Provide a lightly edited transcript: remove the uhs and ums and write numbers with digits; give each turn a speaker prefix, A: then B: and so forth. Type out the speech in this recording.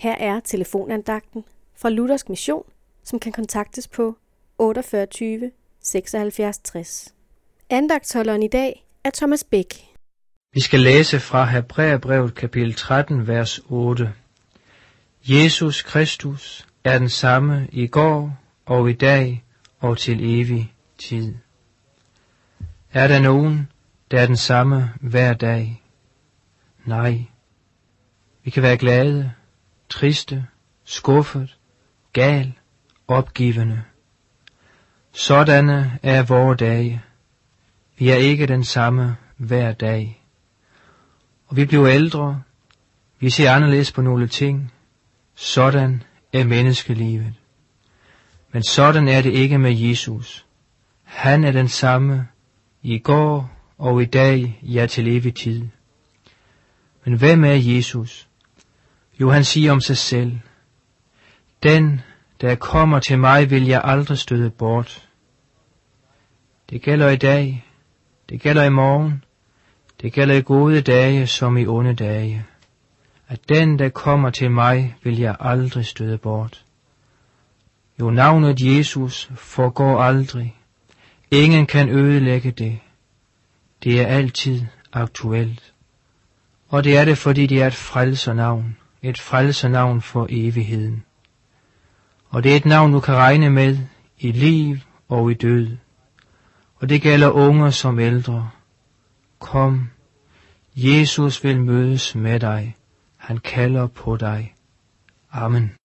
A: Her er telefonandagten fra Luthersk Mission, som kan kontaktes på 48 76 60. Andagtsholderen i dag er Thomas Bæk.
B: Vi skal læse fra Hebræerbrevet kapitel 13, vers 8. Jesus Kristus er den samme i går og i dag og til evig tid. Er der nogen, der er den samme hver dag? Nej. Vi kan være glade, triste, skuffet, gal, opgivende. Sådanne er vore dage. Vi er ikke den samme hver dag. Og vi bliver ældre. Vi ser anderledes på nogle ting. Sådan er menneskelivet. Men sådan er det ikke med Jesus. Han er den samme i går og i dag, ja til evig tid. Men hvem er Jesus? Jo, han siger om sig selv: Den, der kommer til mig, vil jeg aldrig støde bort. Det gælder i dag, det gælder i morgen, det gælder i gode dage som i onde dage. At den, der kommer til mig, vil jeg aldrig støde bort. Jo, navnet Jesus forgår aldrig. Ingen kan ødelægge det. Det er altid aktuelt. Og det er det, fordi det er et frelsernavn. Et frelsernavn for evigheden. Og det er et navn, du kan regne med i liv og i død. Og det gælder unge som ældre. Kom, Jesus vil mødes med dig. Han kalder på dig. Amen.